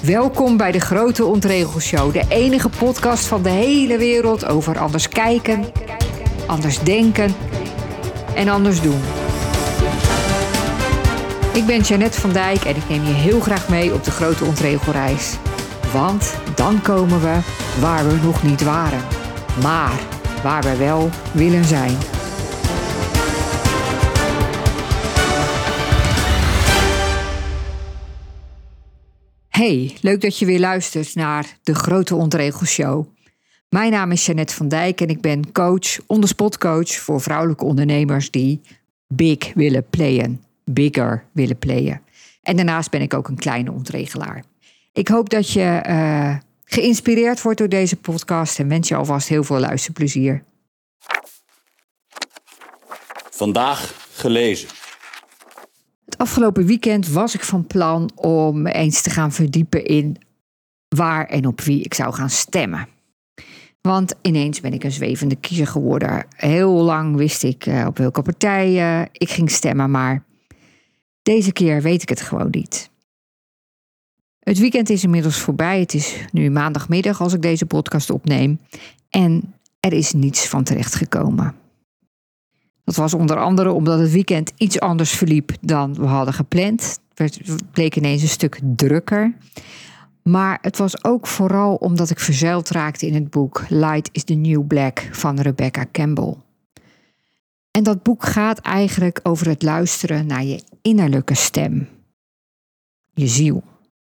Welkom bij de Grote Ontregelshow, de enige podcast van de hele wereld over anders kijken, anders denken en anders doen. Ik ben Jeannette van Dijk en ik neem je heel graag mee op de Grote Ontregelreis. Want dan komen we waar we nog niet waren, maar waar we wel willen zijn. Hey, leuk dat je weer luistert naar de Grote Ontregelshow. Mijn naam is Jeannette van Dijk en ik ben coach, on-the-spot coach voor vrouwelijke ondernemers die big willen playen, bigger willen playen. En daarnaast ben ik ook een kleine ontregelaar. Ik hoop dat je geïnspireerd wordt door deze podcast en wens je alvast heel veel luisterplezier. Vandaag gelezen. Het afgelopen weekend was ik van plan om me eens te gaan verdiepen in waar en op wie ik zou gaan stemmen. Want ineens ben ik een zwevende kiezer geworden. Heel lang wist ik op welke partij ik ging stemmen, maar deze keer weet ik het gewoon niet. Het weekend is inmiddels voorbij. Het is nu maandagmiddag als ik deze podcast opneem. En er is niets van terechtgekomen. Dat was onder andere omdat het weekend iets anders verliep dan we hadden gepland. Het bleek ineens een stuk drukker. Maar het was ook vooral omdat ik verzeild raakte in het boek Light is the New Black van Rebecca Campbell. En dat boek gaat eigenlijk over het luisteren naar je innerlijke stem. Je ziel.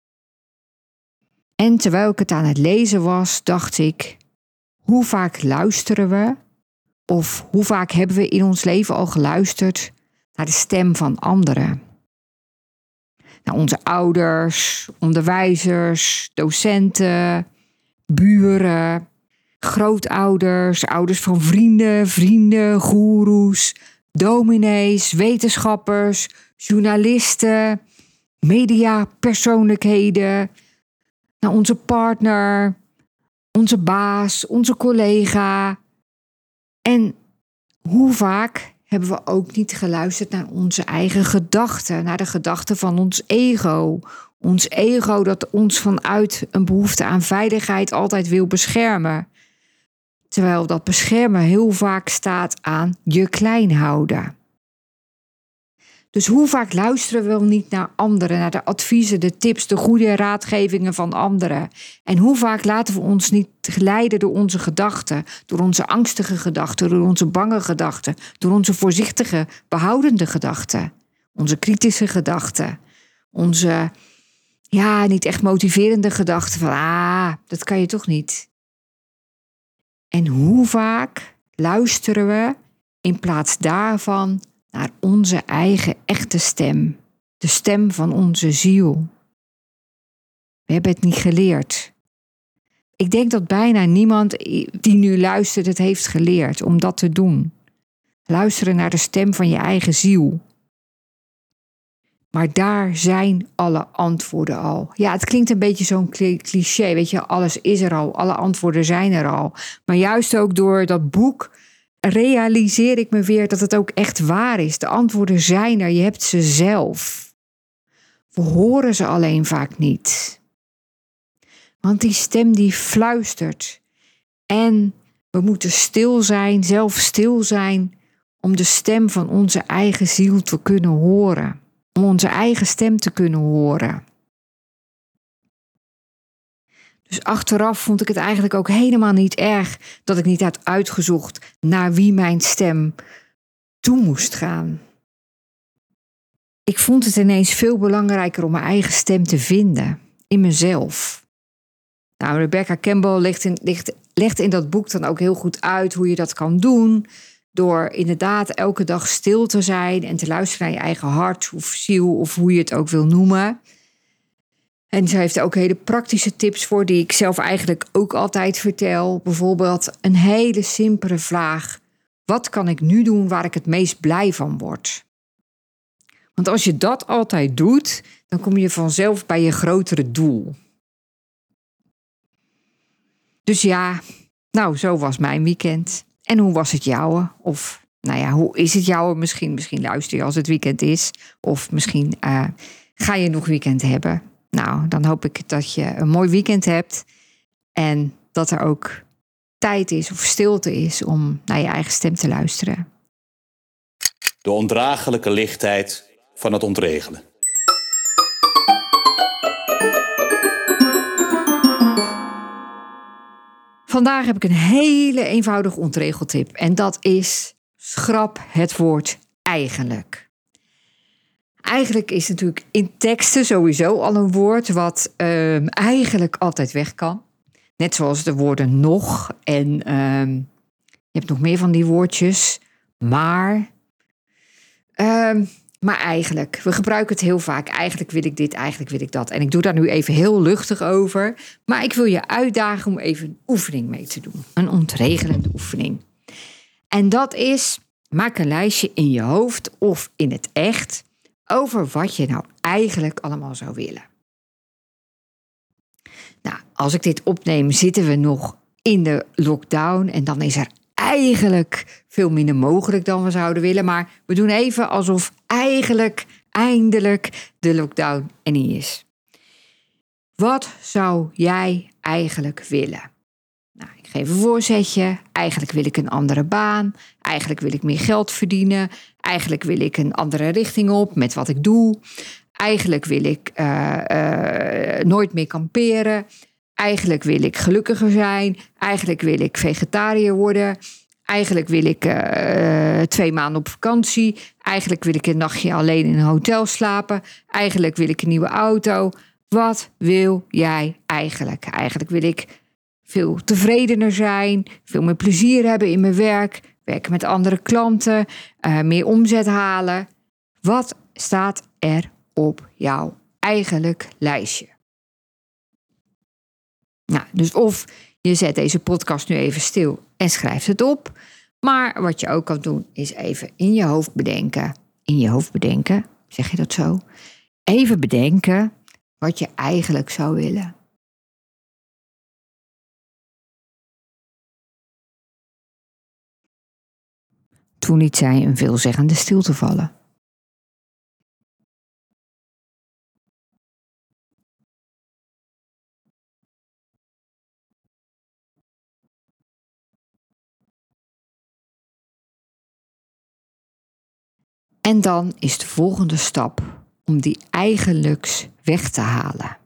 En terwijl ik het aan het lezen was, dacht ik, hoe vaak luisteren we? Of hoe vaak hebben we in ons leven al geluisterd naar de stem van anderen? Naar onze ouders, onderwijzers, docenten, buren, grootouders, ouders van vrienden, goeroes, dominees, wetenschappers, journalisten, mediapersoonlijkheden, naar onze partner, onze baas, onze collega. En hoe vaak hebben we ook niet geluisterd naar onze eigen gedachten, naar de gedachten van ons ego. Ons ego dat ons vanuit een behoefte aan veiligheid altijd wil beschermen. Terwijl dat beschermen heel vaak staat aan je klein houden. Dus hoe vaak luisteren we wel niet naar anderen, naar de adviezen, de tips, de goede raadgevingen van anderen? En hoe vaak laten we ons niet leiden door onze gedachten, door onze angstige gedachten, door onze bange gedachten, door onze voorzichtige, behoudende gedachten, onze kritische gedachten, onze niet echt motiverende gedachten van dat kan je toch niet. En hoe vaak luisteren we in plaats daarvan naar onze eigen echte stem, de stem van onze ziel? We hebben het niet geleerd. Ik denk dat bijna niemand die nu luistert het heeft geleerd om dat te doen. Luisteren naar de stem van je eigen ziel. Maar daar zijn alle antwoorden al. Ja, het klinkt een beetje zo'n cliché, weet je, alles is er al, alle antwoorden zijn er al. Maar juist ook door dat boek realiseer ik me weer dat het ook echt waar is. De antwoorden zijn er, je hebt ze zelf. We horen ze alleen vaak niet. Want die stem die fluistert. En we moeten stil zijn, zelf stil zijn, om de stem van onze eigen ziel te kunnen horen. Om onze eigen stem te kunnen horen. Dus achteraf vond ik het eigenlijk ook helemaal niet erg dat ik niet had uitgezocht naar wie mijn stem toe moest gaan. Ik vond het ineens veel belangrijker om mijn eigen stem te vinden in mezelf. Nou, Rebecca Campbell legt in dat boek dan ook heel goed uit hoe je dat kan doen. Door inderdaad elke dag stil te zijn en te luisteren naar je eigen hart of ziel of hoe je het ook wil noemen. En ze heeft er ook hele praktische tips voor die ik zelf eigenlijk ook altijd vertel. Bijvoorbeeld een hele simpele vraag. Wat kan ik nu doen waar ik het meest blij van word? Want als je dat altijd doet, dan kom je vanzelf bij je grotere doel. Dus zo was mijn weekend. En hoe was het jouwe? Of, hoe is het jouwe? Misschien luister je als het weekend is. Of misschien ga je nog weekend hebben. Nou, dan hoop ik dat je een mooi weekend hebt. En dat er ook tijd is of stilte is om naar je eigen stem te luisteren. De ondraaglijke lichtheid van het ontregelen. Vandaag heb ik een hele eenvoudige ontregeltip. En dat is: schrap het woord eigenlijk. Eigenlijk is natuurlijk in teksten sowieso al een woord wat eigenlijk altijd weg kan. Net zoals de woorden nog en je hebt nog meer van die woordjes. Maar eigenlijk, we gebruiken het heel vaak. Eigenlijk wil ik dit, eigenlijk wil ik dat. En ik doe daar nu even heel luchtig over. Maar ik wil je uitdagen om even een oefening mee te doen. Een ontregelende oefening. En dat is: maak een lijstje in je hoofd of in het echt over wat je nou eigenlijk allemaal zou willen. Nou, als ik dit opneem, zitten we nog in de lockdown. En dan is er eigenlijk veel minder mogelijk dan we zouden willen. Maar we doen even alsof eigenlijk eindelijk de lockdown er niet is. Wat zou jij eigenlijk willen? Nou, ik geef een voorzetje. Eigenlijk wil ik een andere baan. Eigenlijk wil ik meer geld verdienen. Eigenlijk wil ik een andere richting op met wat ik doe. Eigenlijk wil ik nooit meer kamperen. Eigenlijk wil ik gelukkiger zijn. Eigenlijk wil ik vegetariër worden. Eigenlijk wil ik 2 maanden op vakantie. Eigenlijk wil ik een nachtje alleen in een hotel slapen. Eigenlijk wil ik een nieuwe auto. Wat wil jij eigenlijk? Eigenlijk wil ik veel tevredener zijn. Veel meer plezier hebben in mijn werk. Werken met andere klanten. Meer omzet halen. Wat staat er op jouw eigenlijk lijstje? Nou, dus of je zet deze podcast nu even stil en schrijft het op. Maar wat je ook kan doen is even in je hoofd bedenken. In je hoofd bedenken, zeg je dat zo? Even bedenken wat je eigenlijk zou willen. Toen liet zij een veelzeggende stilte vallen. En dan is de volgende stap om die eigenlijks weg te halen.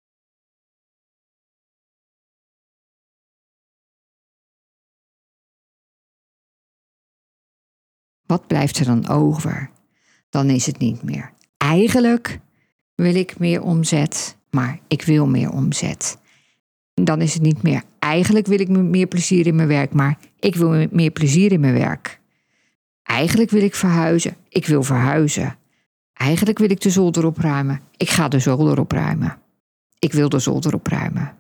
Wat blijft er dan over? Dan is het niet meer: eigenlijk wil ik meer omzet, maar ik wil meer omzet. Dan is het niet meer: eigenlijk wil ik meer plezier in mijn werk, maar ik wil meer plezier in mijn werk. Eigenlijk wil ik verhuizen, ik wil verhuizen. Eigenlijk wil ik de zolder opruimen, ik ga de zolder opruimen. Ik wil de zolder opruimen.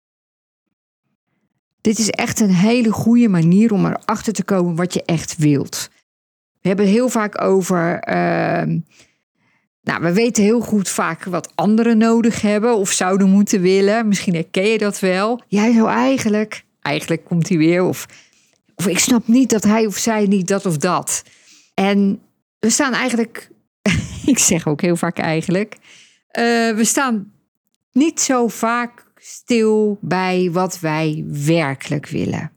Dit is echt een hele goede manier om erachter te komen wat je echt wilt. We hebben het heel vaak over... we weten heel goed vaak wat anderen nodig hebben of zouden moeten willen. Misschien herken je dat wel. Jij zou eigenlijk... Eigenlijk komt hij weer. Of ik snap niet dat hij of zij niet dat of dat. En we staan eigenlijk... ik zeg ook heel vaak eigenlijk... we staan niet zo vaak stil bij wat wij werkelijk willen.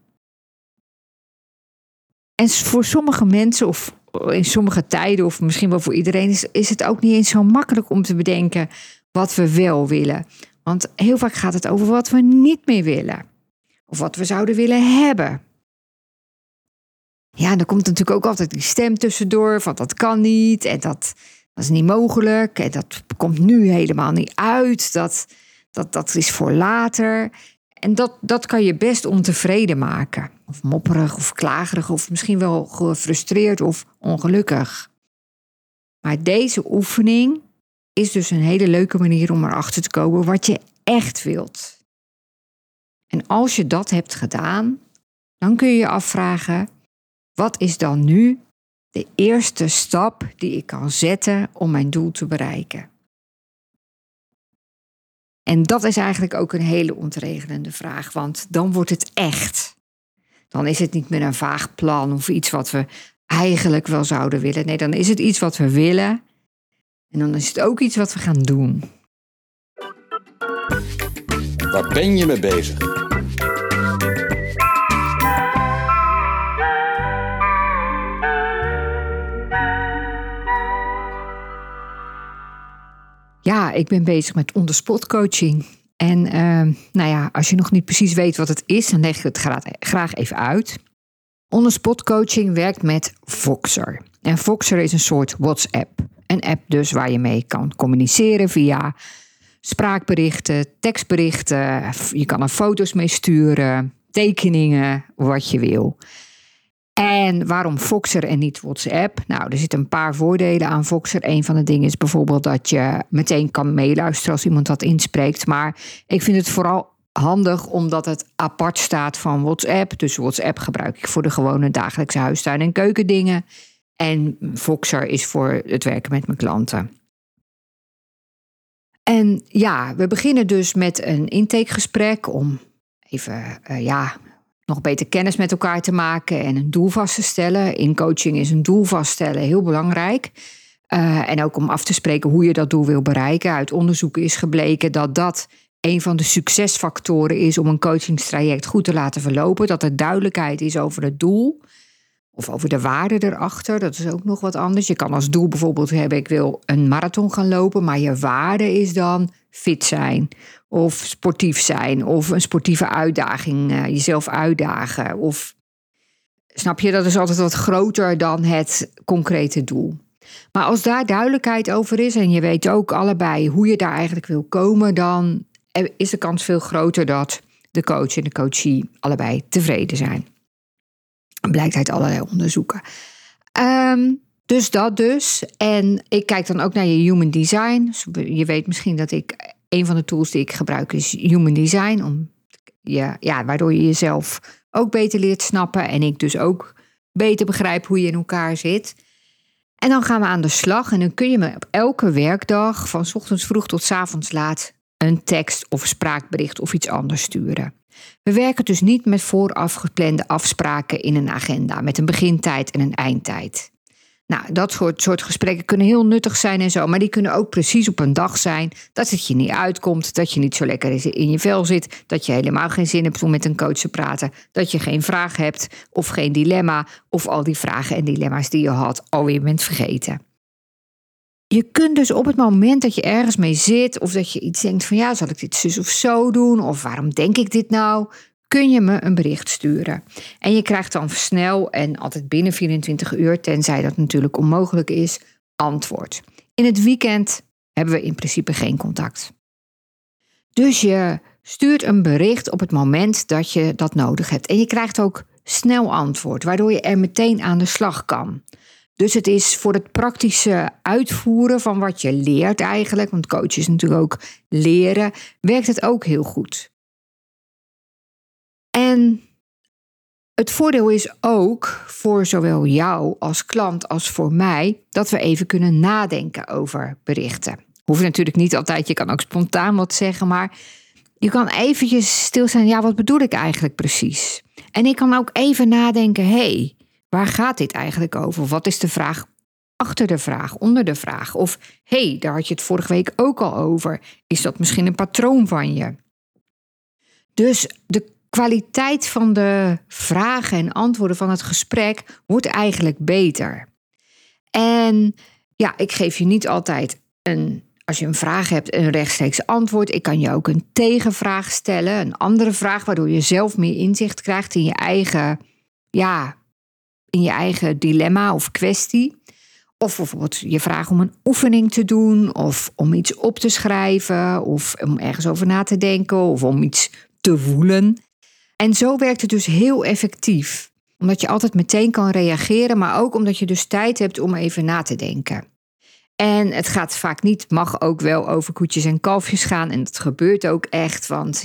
En voor sommige mensen of in sommige tijden of misschien wel voor iedereen is het ook niet eens zo makkelijk om te bedenken wat we wel willen. Want heel vaak gaat het over wat we niet meer willen. Of wat we zouden willen hebben. Ja, dan komt natuurlijk ook altijd die stem tussendoor van dat kan niet en dat is niet mogelijk. En dat komt nu helemaal niet uit. Dat is voor later. En dat kan je best ontevreden maken. Of mopperig of klagerig of misschien wel gefrustreerd of ongelukkig. Maar deze oefening is dus een hele leuke manier om erachter te komen wat je echt wilt. En als je dat hebt gedaan, dan kun je je afvragen: wat is dan nu de eerste stap die ik kan zetten om mijn doel te bereiken? En dat is eigenlijk ook een hele ontregelende vraag, want dan wordt het echt. Dan is het niet meer een vaag plan of iets wat we eigenlijk wel zouden willen. Nee, dan is het iets wat we willen. En dan is het ook iets wat we gaan doen. Waar ben je mee bezig? Ja, ik ben bezig met on-the-spot coaching. En als je nog niet precies weet wat het is, dan leg ik het graag even uit. On-the-spot coaching werkt met Voxer. En Voxer is een soort WhatsApp. Een app dus waar je mee kan communiceren via spraakberichten, tekstberichten. Je kan er foto's mee sturen, tekeningen, wat je wil. En waarom Voxer en niet WhatsApp? Nou, er zitten een paar voordelen aan Voxer. Een van de dingen is bijvoorbeeld dat je meteen kan meeluisteren als iemand dat inspreekt. Maar ik vind het vooral handig omdat het apart staat van WhatsApp. Dus WhatsApp gebruik ik voor de gewone dagelijkse huistuin- en keukendingen. En Voxer is voor het werken met mijn klanten. En ja, we beginnen dus met een intakegesprek om even nog beter kennis met elkaar te maken en een doel vast te stellen. In coaching is een doel vaststellen heel belangrijk. En ook om af te spreken hoe je dat doel wil bereiken. Uit onderzoek is gebleken dat dat een van de succesfactoren is om een coachingstraject goed te laten verlopen. Dat er duidelijkheid is over het doel of over de waarde erachter. Dat is ook nog wat anders. Je kan als doel bijvoorbeeld hebben, ik wil een marathon gaan lopen, maar je waarde is dan fit zijn of sportief zijn of een sportieve uitdaging, jezelf uitdagen. Of snap je, dat is altijd wat groter dan het concrete doel. Maar als daar duidelijkheid over is en je weet ook allebei hoe je daar eigenlijk wil komen, dan is de kans veel groter dat de coach en de coachee allebei tevreden zijn. Dat blijkt uit allerlei onderzoeken. Dus dat dus. En ik kijk dan ook naar je human design. Je weet misschien dat een van de tools die ik gebruik is human design. Waardoor je jezelf ook beter leert snappen. En ik dus ook beter begrijp hoe je in elkaar zit. En dan gaan we aan de slag. En dan kun je me op elke werkdag, van 's ochtends vroeg tot 's avonds laat, een tekst of spraakbericht of iets anders sturen. We werken dus niet met vooraf geplande afspraken in een agenda, met een begintijd en een eindtijd. Nou, dat soort gesprekken kunnen heel nuttig zijn en zo, maar die kunnen ook precies op een dag zijn dat het je niet uitkomt, dat je niet zo lekker in je vel zit, dat je helemaal geen zin hebt om met een coach te praten, dat je geen vraag hebt of geen dilemma, of al die vragen en dilemma's die je had alweer bent vergeten. Je kunt dus op het moment dat je ergens mee zit of dat je iets denkt van ja, zal ik dit zus of zo doen? Of waarom denk ik dit nou? Kun je me een bericht sturen. En je krijgt dan snel en altijd binnen 24 uur, tenzij dat natuurlijk onmogelijk is, antwoord. In het weekend hebben we in principe geen contact. Dus je stuurt een bericht op het moment dat je dat nodig hebt. En je krijgt ook snel antwoord, waardoor je er meteen aan de slag kan. Dus het is voor het praktische uitvoeren van wat je leert eigenlijk, want coach is natuurlijk ook leren, werkt het ook heel goed. En het voordeel is ook voor zowel jou als klant als voor mij dat we even kunnen nadenken over berichten. Hoeft natuurlijk niet altijd, je kan ook spontaan wat zeggen, maar je kan eventjes stilstaan, ja, wat bedoel ik eigenlijk precies? En ik kan ook even nadenken, waar gaat dit eigenlijk over? Wat is de vraag achter de vraag, onder de vraag? Of, daar had je het vorige week ook al over. Is dat misschien een patroon van je? Dus de kwaliteit van de vragen en antwoorden van het gesprek wordt eigenlijk beter. En ja, ik geef je niet altijd als je een vraag hebt, een rechtstreeks antwoord. Ik kan je ook een tegenvraag stellen, een andere vraag, waardoor je zelf meer inzicht krijgt in je eigen dilemma of kwestie. Of bijvoorbeeld je vraagt om een oefening te doen, of om iets op te schrijven, of om ergens over na te denken, of om iets te voelen. En zo werkt het dus heel effectief. Omdat je altijd meteen kan reageren, maar ook omdat je dus tijd hebt om even na te denken. En het gaat vaak niet, mag ook wel over koetjes en kalfjes gaan. En dat gebeurt ook echt, want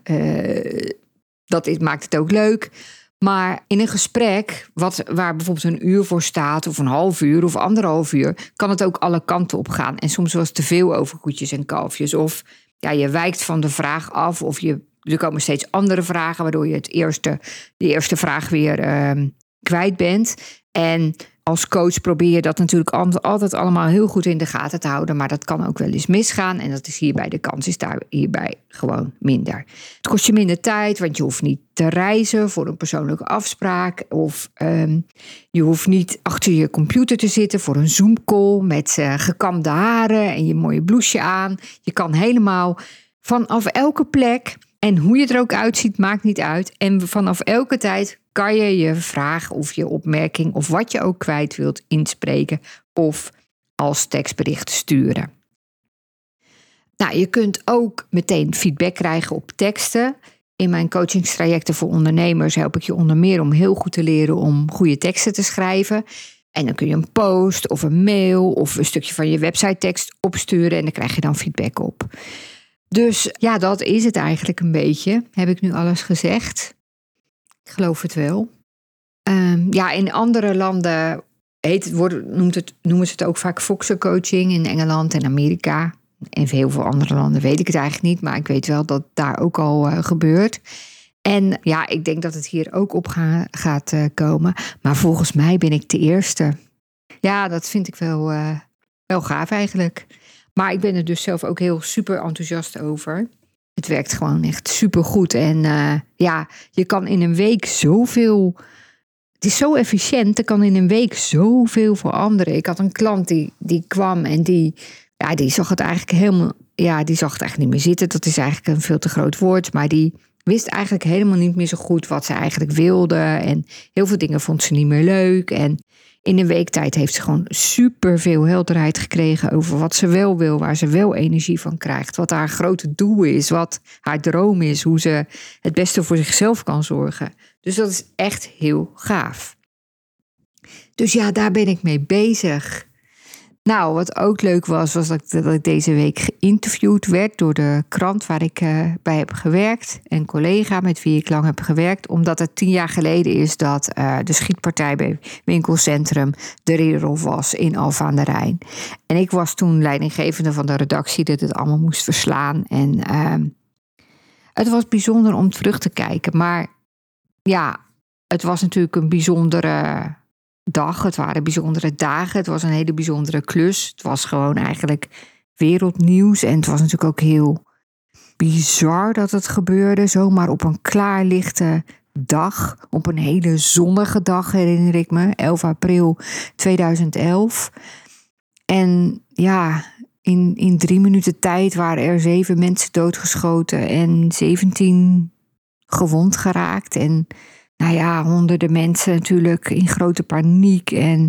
dat maakt het ook leuk. Maar in een gesprek, waar bijvoorbeeld een uur voor staat, of een half uur of 1,5 uur, kan het ook alle kanten op gaan. En soms was het te veel over koetjes en kalfjes. Of je wijkt van de vraag af, of er komen steeds andere vragen, waardoor je de eerste vraag weer kwijt bent. En als coach probeer je dat natuurlijk altijd allemaal heel goed in de gaten te houden. Maar dat kan ook wel eens misgaan. En dat is hierbij, de kans is daar hierbij gewoon minder. Het kost je minder tijd, want je hoeft niet te reizen voor een persoonlijke afspraak. Of je hoeft niet achter je computer te zitten voor een Zoom-call met gekamde haren en je mooie blouseje aan. Je kan helemaal vanaf elke plek, en hoe je er ook uitziet, maakt niet uit. En vanaf elke tijd kan je je vraag of je opmerking of wat je ook kwijt wilt inspreken of als tekstbericht sturen. Nou, je kunt ook meteen feedback krijgen op teksten. In mijn coachingstrajecten voor ondernemers help ik je onder meer om heel goed te leren om goede teksten te schrijven. En dan kun je een post of een mail of een stukje van je website tekst opsturen en daar krijg je dan feedback op. Dus ja, dat is het eigenlijk een beetje. Heb ik nu alles gezegd? Ik geloof het wel. In andere landen noemen ze het ook vaak Voxer coaching in Engeland en Amerika. En heel veel andere landen weet ik het eigenlijk niet, maar ik weet wel dat daar ook al gebeurt. En ja, ik denk dat het hier ook op gaat komen. Maar volgens mij ben ik de eerste. Ja, dat vind ik wel gaaf eigenlijk. Maar ik ben er dus zelf ook heel super enthousiast over. Het werkt gewoon echt super goed. En je kan in een week zoveel. Het is zo efficiënt. Er kan in een week zoveel veranderen. Ik had een klant die kwam en die zag het eigenlijk helemaal. Ja, die zag het eigenlijk niet meer zitten. Dat is eigenlijk een veel te groot woord. Maar die wist eigenlijk helemaal niet meer zo goed wat ze eigenlijk wilde. En heel veel dingen vond ze niet meer leuk. En in een week tijd heeft ze gewoon super veel helderheid gekregen over wat ze wel wil, waar ze wel energie van krijgt, wat haar grote doel is, wat haar droom is, hoe ze het beste voor zichzelf kan zorgen. Dus dat is echt heel gaaf. Dus ja, daar ben ik mee bezig. Nou, wat ook leuk was dat ik deze week geïnterviewd werd door de krant waar ik bij heb gewerkt. Een collega met wie ik lang heb gewerkt. Omdat het 10 jaar geleden is dat de schietpartij bij winkelcentrum De Ridderhof was in Alphen aan de Rijn. En ik was toen leidinggevende van de redactie dat het allemaal moest verslaan. En het was bijzonder om terug te kijken. Maar ja, het was natuurlijk een bijzondere dag. Het waren bijzondere dagen. Het was een hele bijzondere klus. Het was gewoon eigenlijk wereldnieuws. En het was natuurlijk ook heel bizar dat het gebeurde. Zomaar op een klaarlichte dag. Op een hele zonnige dag, herinner ik me. 11 april 2011. En ja, in 3 minuten tijd waren er 7 mensen doodgeschoten. En 17 gewond geraakt. En nou ja, honderden mensen natuurlijk in grote paniek en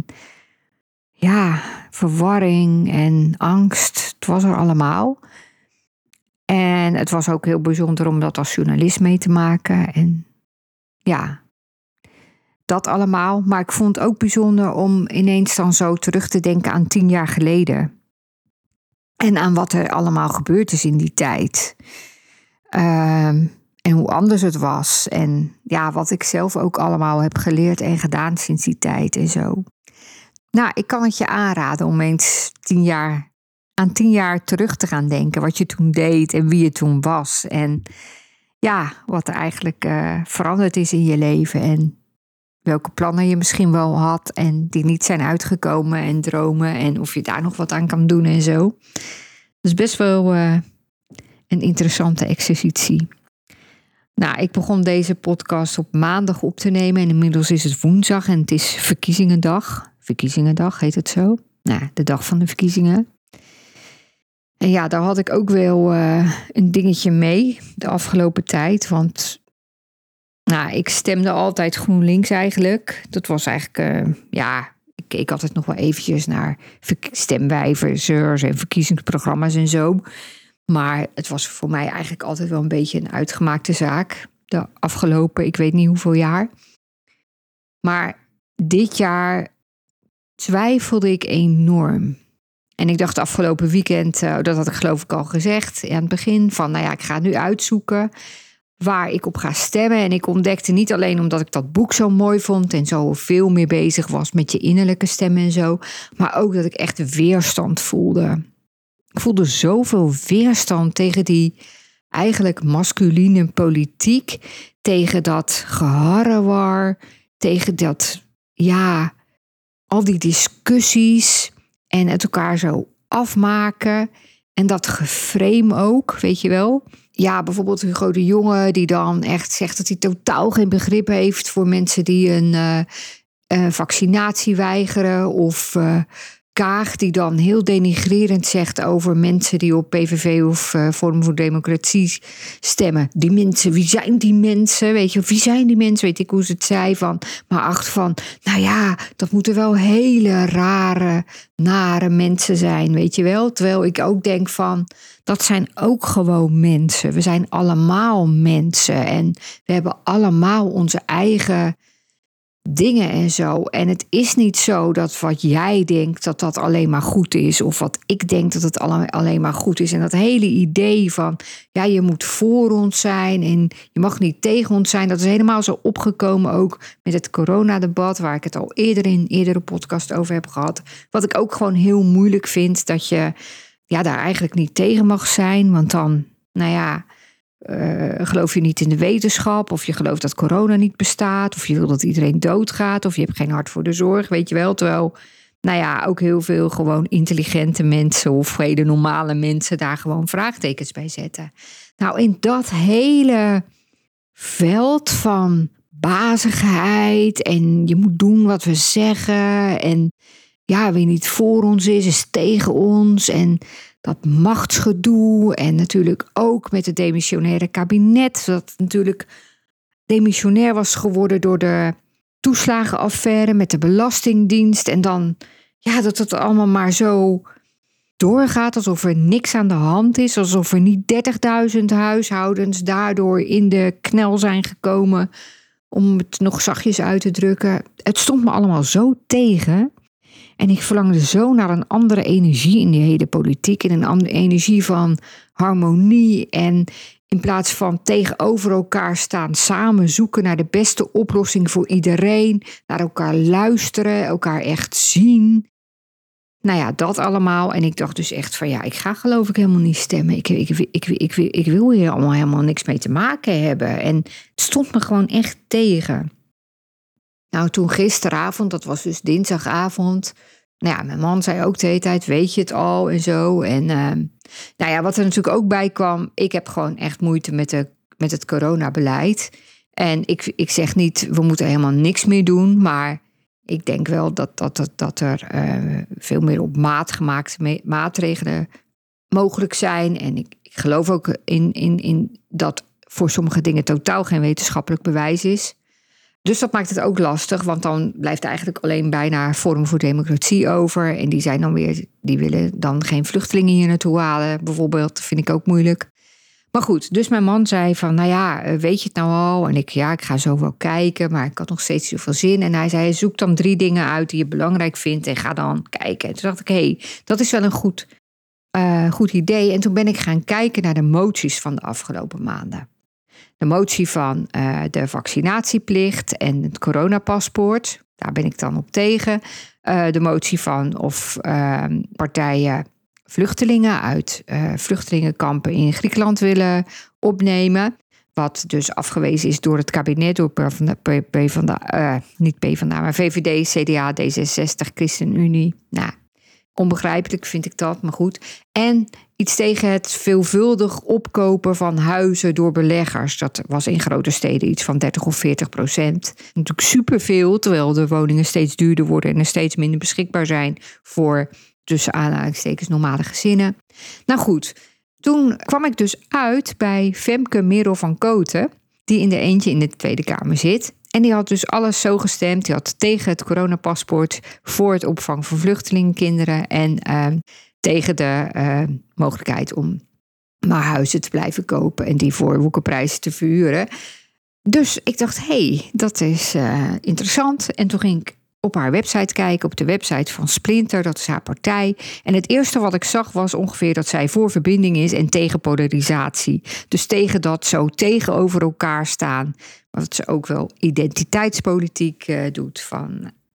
ja, verwarring en angst. Het was er allemaal. En het was ook heel bijzonder om dat als journalist mee te maken. En ja, dat allemaal. Maar ik vond het ook bijzonder om ineens dan zo terug te denken aan 10 jaar geleden. En aan wat er allemaal gebeurd is in die tijd. En hoe anders het was. En ja, wat ik zelf ook allemaal heb geleerd en gedaan sinds die tijd en zo. Nou, ik kan het je aanraden om eens 10 jaar terug te gaan denken. Wat je toen deed en wie je toen was. En ja, wat er eigenlijk veranderd is in je leven. En welke plannen je misschien wel had en die niet zijn uitgekomen en dromen. En of je daar nog wat aan kan doen en zo. Dat is best wel een interessante exercitie. Nou, ik begon deze podcast op maandag op te nemen en inmiddels is het woensdag en het is verkiezingendag. Verkiezingendag heet het zo. Nou, de dag van de verkiezingen. En ja, daar had ik ook wel een dingetje mee de afgelopen tijd. Want ik stemde altijd GroenLinks eigenlijk. Dat was eigenlijk, ik keek altijd nog wel eventjes naar stemwijzers en verkiezingsprogramma's en zo. Maar het was voor mij eigenlijk altijd wel een beetje een uitgemaakte zaak. De afgelopen, ik weet niet hoeveel jaar. Maar dit jaar twijfelde ik enorm. En ik dacht afgelopen weekend, dat had ik geloof ik al gezegd aan het begin, van ik ga nu uitzoeken waar ik op ga stemmen. En ik ontdekte niet alleen omdat ik dat boek zo mooi vond en zo veel meer bezig was met je innerlijke stem en zo, maar ook dat ik echt weerstand voelde. Ik voelde zoveel weerstand tegen die eigenlijk masculine politiek, tegen dat geharrewar, tegen dat, al die discussies en het elkaar zo afmaken. En dat geframe ook, weet je wel. Ja, bijvoorbeeld Hugo de Jonge die dan echt zegt dat hij totaal geen begrip heeft voor mensen die een vaccinatie weigeren. Of Kaag die dan heel denigrerend zegt over mensen die op PVV of Forum voor Democratie stemmen. Die mensen, wie zijn die mensen? Weet je, wie zijn die mensen? Weet ik hoe ze het zei van. Maar achter van, nou ja, dat moeten wel hele rare, nare mensen zijn, weet je wel. Terwijl ik ook denk van, dat zijn ook gewoon mensen. We zijn allemaal mensen en we hebben allemaal onze eigen dingen en zo. En het is niet zo dat wat jij denkt dat dat alleen maar goed is. Of wat ik denk dat het alleen maar goed is. En dat hele idee van, ja, je moet voor ons zijn en je mag niet tegen ons zijn. Dat is helemaal zo opgekomen ook met het coronadebat, waar ik het al eerder in eerdere podcast over heb gehad. Wat ik ook gewoon heel moeilijk vind, dat je daar eigenlijk niet tegen mag zijn. Want dan, geloof je niet in de wetenschap, of je gelooft dat corona niet bestaat, of je wil dat iedereen doodgaat, of je hebt geen hart voor de zorg, weet je wel. Terwijl, ook heel veel gewoon intelligente mensen of hele normale mensen daar gewoon vraagtekens bij zetten. Nou, in dat hele veld van bazigheid en je moet doen wat we zeggen en wie niet voor ons is tegen ons en dat machtsgedoe en natuurlijk ook met het demissionaire kabinet, dat natuurlijk demissionair was geworden door de toeslagenaffaire met de Belastingdienst. En dan, dat het allemaal maar zo doorgaat, alsof er niks aan de hand is, alsof er niet 30.000 huishoudens daardoor in de knel zijn gekomen, om het nog zachtjes uit te drukken. Het stond me allemaal zo tegen. En ik verlangde zo naar een andere energie in die hele politiek. En een andere energie van harmonie. En in plaats van tegenover elkaar staan, samen zoeken naar de beste oplossing voor iedereen. Naar elkaar luisteren, elkaar echt zien. Dat allemaal. En ik dacht dus echt van ik ga geloof ik helemaal niet stemmen. Ik wil hier allemaal helemaal niks mee te maken hebben. En het stond me gewoon echt tegen. Nou, toen gisteravond, dat was dus dinsdagavond. Mijn man zei ook de hele tijd, weet je het al en zo. En wat er natuurlijk ook bij kwam, ik heb gewoon echt moeite met het coronabeleid. En ik zeg niet, we moeten helemaal niks meer doen. Maar ik denk wel dat er veel meer op maat gemaakte maatregelen mogelijk zijn. En ik geloof ook in dat voor sommige dingen totaal geen wetenschappelijk bewijs is. Dus dat maakt het ook lastig, want dan blijft eigenlijk alleen bijna Forum voor Democratie over. En die willen dan geen vluchtelingen hier naartoe halen, bijvoorbeeld. Dat vind ik ook moeilijk. Maar goed, dus mijn man zei van, weet je het nou al? En ik ga zo wel kijken, maar ik had nog steeds zoveel zin. En hij zei, zoek dan 3 dingen uit die je belangrijk vindt en ga dan kijken. En toen dacht ik, dat is wel een goed idee. En toen ben ik gaan kijken naar de moties van de afgelopen maanden. De motie van de vaccinatieplicht en het coronapaspoort. Daar ben ik dan op tegen. De motie van of partijen vluchtelingen uit vluchtelingenkampen in Griekenland willen opnemen. Wat dus afgewezen is door het kabinet, door niet PvdA, maar VVD, CDA, D66, ChristenUnie. Onbegrijpelijk vind ik dat, maar goed. En iets tegen het veelvuldig opkopen van huizen door beleggers. Dat was in grote steden iets van 30 of 40%. Natuurlijk superveel, terwijl de woningen steeds duurder worden en er steeds minder beschikbaar zijn voor, tussen aanhalingstekens, normale gezinnen. Nou goed, toen kwam ik dus uit bij Femke Merel van Koten, die in de eentje in de Tweede Kamer zit. En die had dus alles zo gestemd. Die had tegen het coronapaspoort, voor het opvang van vluchtelingenkinderen en tegen de mogelijkheid om maar huizen te blijven kopen en die voor woekerprijzen te verhuren. Dus ik dacht, dat is interessant. En toen ging ik op haar website kijken, op de website van Splinter, dat is haar partij. En het eerste wat ik zag was ongeveer dat zij voor verbinding is en tegen polarisatie. Dus tegen dat zo tegenover elkaar staan. Wat ze ook wel identiteitspolitiek doet. Van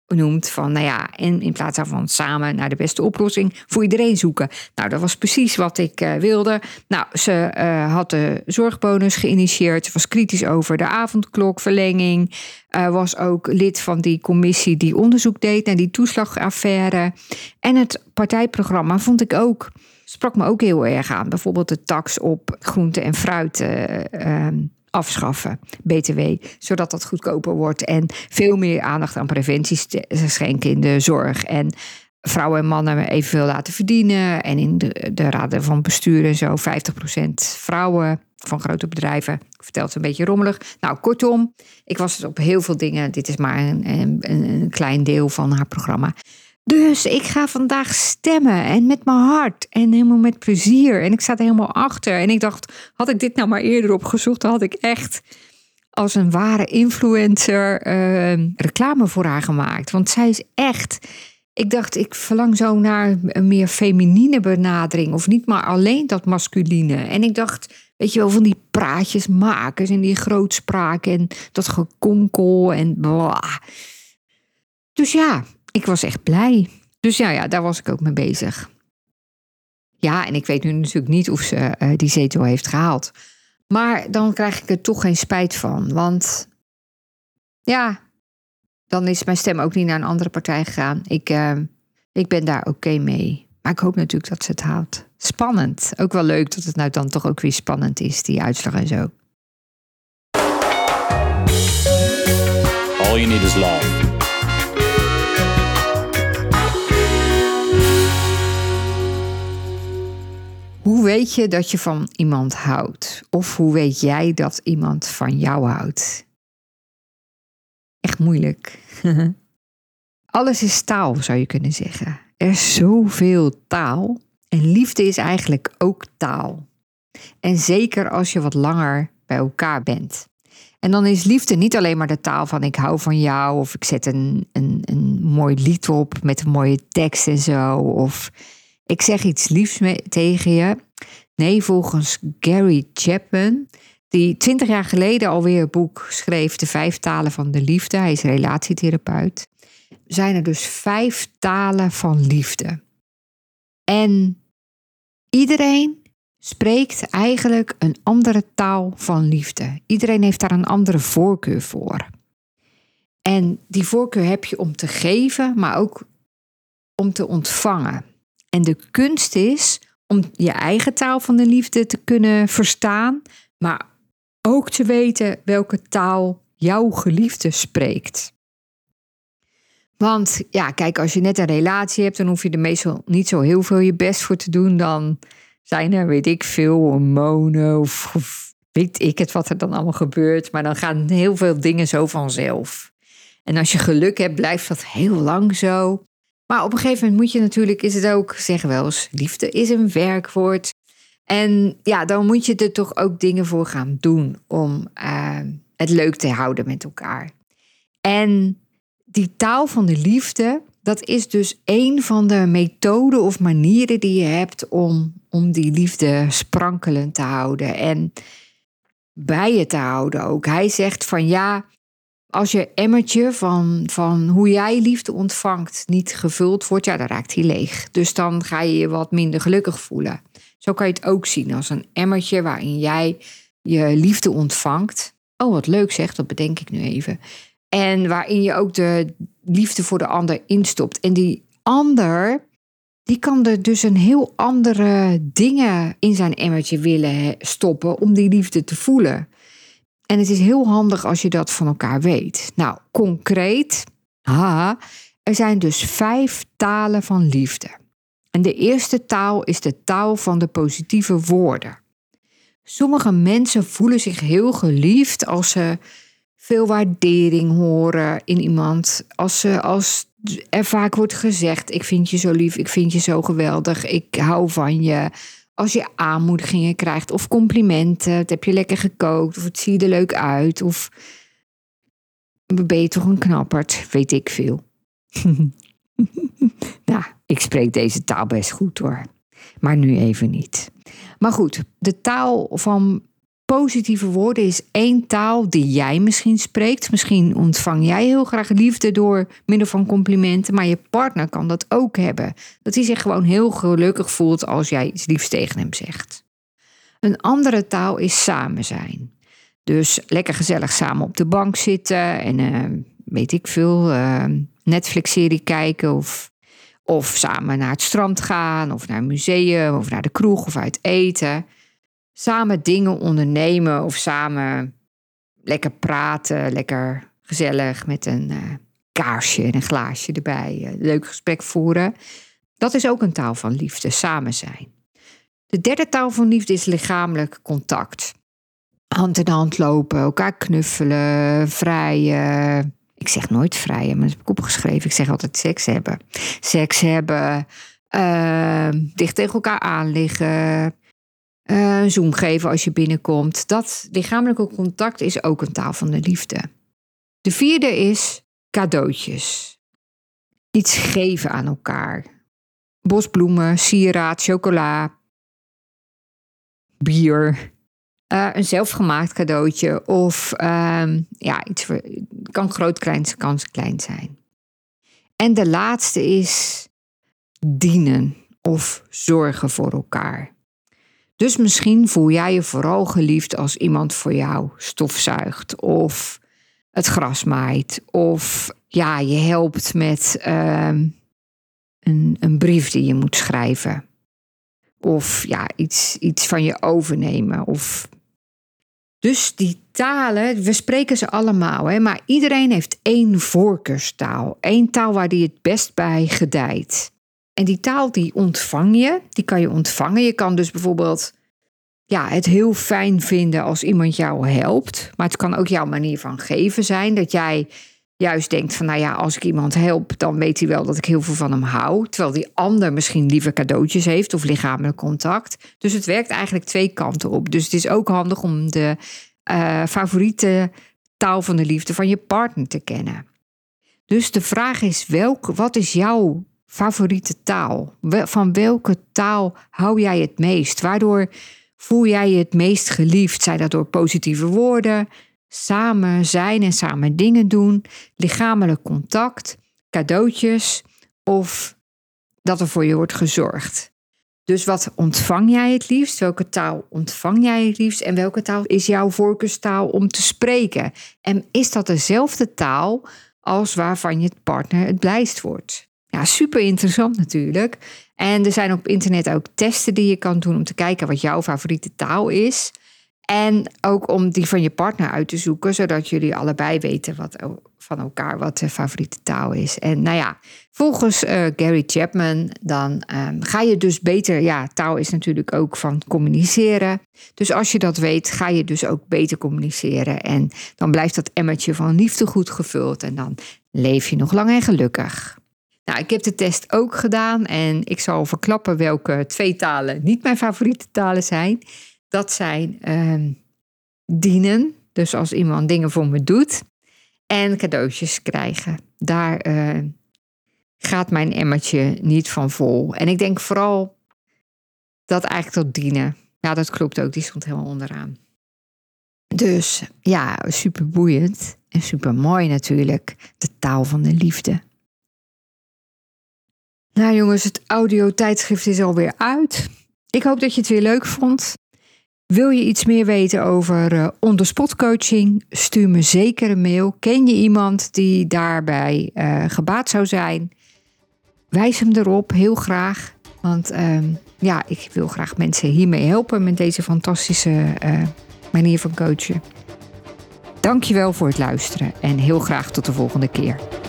noemt van, nou ja, en in plaats van samen naar de beste oplossing voor iedereen zoeken. Nou, dat was precies wat ik wilde. Nou, ze had de zorgbonus geïnitieerd. Ze was kritisch over de avondklokverlenging. Was ook lid van die commissie die onderzoek deed naar die toeslagaffaire. En het partijprogramma sprak me ook heel erg aan. Bijvoorbeeld de tax op groente en fruit afschaffen, BTW, zodat dat goedkoper wordt en veel meer aandacht aan preventie schenken in de zorg en vrouwen en mannen evenveel laten verdienen en in de raden van bestuur en zo 50% vrouwen van grote bedrijven. Ik vertel het een beetje rommelig. Nou, kortom, ik was op heel veel dingen. Dit is maar een klein deel van haar programma. Dus ik ga vandaag stemmen en met mijn hart en helemaal met plezier. En ik sta er helemaal achter. En ik dacht, had ik dit nou maar eerder opgezocht, dan had ik echt als een ware influencer reclame voor haar gemaakt. Want zij is echt... Ik dacht, ik verlang zo naar een meer feminine benadering. Of niet maar alleen dat masculine. En ik dacht, weet je wel, van die praatjesmakers en die grootspraak en dat gekonkel en bla. Dus ja, ik was echt blij. Dus ja, daar was ik ook mee bezig. Ja, en ik weet nu natuurlijk niet of ze die zetel heeft gehaald. Maar dan krijg ik er toch geen spijt van. Want ja, dan is mijn stem ook niet naar een andere partij gegaan. Ik ben daar oké mee. Maar ik hoop natuurlijk dat ze het haalt. Spannend. Ook wel leuk dat het nou dan toch ook weer spannend is, die uitslag en zo. All you need is love. Hoe weet je dat je van iemand houdt? Of hoe weet jij dat iemand van jou houdt? Echt moeilijk. Alles is taal, zou je kunnen zeggen. Er is zoveel taal. En liefde is eigenlijk ook taal. En zeker als je wat langer bij elkaar bent. En dan is liefde niet alleen maar de taal van ik hou van jou. Of ik zet een mooi lied op met een mooie tekst en zo. Of ik zeg iets liefs tegen je. Nee, volgens Gary Chapman, die 20 jaar geleden alweer een boek schreef, De 5 talen van de liefde. Hij is relatietherapeut. Zijn er dus 5 talen van liefde. En iedereen spreekt eigenlijk een andere taal van liefde. Iedereen heeft daar een andere voorkeur voor. En die voorkeur heb je om te geven, maar ook om te ontvangen. En de kunst is om je eigen taal van de liefde te kunnen verstaan, maar ook te weten welke taal jouw geliefde spreekt. Want ja, kijk, als je net een relatie hebt, dan hoef je er meestal niet zo heel veel je best voor te doen. Dan zijn er, weet ik veel, hormonen of weet ik het wat er dan allemaal gebeurt. Maar dan gaan heel veel dingen zo vanzelf. En als je geluk hebt, blijft dat heel lang zo. Maar op een gegeven moment moet je natuurlijk, is het ook, zeggen wel eens, liefde is een werkwoord. En ja, dan moet je er toch ook dingen voor gaan doen om het leuk te houden met elkaar. En die taal van de liefde, dat is dus een van de methoden of manieren die je hebt om die liefde sprankelend te houden en bij je te houden ook. Hij zegt van ja, als je emmertje van hoe jij liefde ontvangt niet gevuld wordt, ja, dan raakt hij leeg. Dus dan ga je je wat minder gelukkig voelen. Zo kan je het ook zien als een emmertje waarin jij je liefde ontvangt. Oh, wat leuk zeg, dat bedenk ik nu even. En waarin je ook de liefde voor de ander instopt. En die ander, die kan er dus een heel andere dingen in zijn emmertje willen stoppen om die liefde te voelen. En het is heel handig als je dat van elkaar weet. Nou, concreet, er zijn dus 5 talen van liefde. En de eerste taal is de taal van de positieve woorden. Sommige mensen voelen zich heel geliefd als ze veel waardering horen in iemand. Als er vaak wordt gezegd, ik vind je zo lief, ik vind je zo geweldig, ik hou van je. Als je aanmoedigingen krijgt of complimenten, het heb je lekker gekookt of het ziet er leuk uit. Of ben je toch een knapperd, weet ik veel. Nou, ik spreek deze taal best goed hoor. Maar nu even niet. Maar goed, de taal van Positieve woorden is 1 taal die jij misschien spreekt. Misschien ontvang jij heel graag liefde door middel van complimenten, maar je partner kan dat ook hebben. Dat hij zich gewoon heel gelukkig voelt als jij iets liefs tegen hem zegt. Een andere taal is samen zijn. Dus lekker gezellig samen op de bank zitten en weet ik veel, Netflix-serie kijken of samen naar het strand gaan of naar een museum of naar de kroeg of uit eten. Samen dingen ondernemen of samen lekker praten, lekker gezellig met een kaarsje en een glaasje erbij. Leuk gesprek voeren. Dat is ook een taal van liefde, samen zijn. De derde taal van liefde is lichamelijk contact. Hand in hand lopen, elkaar knuffelen, vrijen. Ik zeg nooit vrijen, maar dat heb ik opgeschreven. Ik zeg altijd seks hebben. Seks hebben, dicht tegen elkaar aan liggen, een zoen geven als je binnenkomt. Dat lichamelijke contact is ook een taal van de liefde. De vierde is cadeautjes. Iets geven aan elkaar. Bosbloemen, sieraad, chocola, bier. Een zelfgemaakt cadeautje of iets kan groot, kan klein zijn. En de laatste is dienen of zorgen voor elkaar. Dus misschien voel jij je vooral geliefd als iemand voor jou stofzuigt of het gras maait of je helpt met een brief die je moet schrijven. Of iets van je overnemen. Dus die talen, we spreken ze allemaal, maar iedereen heeft 1 voorkeurstaal. 1 taal waar die het best bij gedijt. En die taal die ontvang je, die kan je ontvangen. Je kan dus bijvoorbeeld het heel fijn vinden als iemand jou helpt. Maar het kan ook jouw manier van geven zijn. Dat jij juist denkt van als ik iemand help, dan weet hij wel dat ik heel veel van hem hou. Terwijl die ander misschien liever cadeautjes heeft of lichamelijk contact. Dus het werkt eigenlijk 2 kanten op. Dus het is ook handig om de favoriete taal van de liefde van je partner te kennen. Dus de vraag is, wat is jouw favoriete taal? Van welke taal hou jij het meest? Waardoor voel jij je het meest geliefd? Zijn dat door positieve woorden, samen zijn en samen dingen doen, lichamelijk contact, cadeautjes of dat er voor je wordt gezorgd? Dus wat ontvang jij het liefst? Welke taal ontvang jij het liefst? En welke taal is jouw voorkeurstaal om te spreken? En is dat dezelfde taal als waarvan je partner het blijst wordt? Ja, super interessant natuurlijk. En er zijn op internet ook testen die je kan doen om te kijken wat jouw favoriete taal is. En ook om die van je partner uit te zoeken, zodat jullie allebei weten van elkaar wat de favoriete taal is. En volgens Gary Chapman, dan ga je dus beter. Taal is natuurlijk ook van communiceren. Dus als je dat weet, ga je dus ook beter communiceren. En dan blijft dat emmertje van liefde goed gevuld. En dan leef je nog lang en gelukkig. Nou, ik heb de test ook gedaan en ik zal verklappen welke 2 talen niet mijn favoriete talen zijn. Dat zijn dienen, dus als iemand dingen voor me doet, en cadeautjes krijgen. Daar gaat mijn emmertje niet van vol. En ik denk vooral dat eigenlijk tot dienen. Ja, dat klopt ook, die stond helemaal onderaan. Dus super boeiend en super mooi natuurlijk, de taal van de liefde. Nou jongens, het audiotijdschrift is alweer uit. Ik hoop dat je het weer leuk vond. Wil je iets meer weten over on-the-spot coaching? Stuur me zeker een mail. Ken je iemand die daarbij gebaat zou zijn? Wijs hem erop, heel graag. Want ik wil graag mensen hiermee helpen met deze fantastische manier van coachen. Dankjewel voor het luisteren en heel graag tot de volgende keer.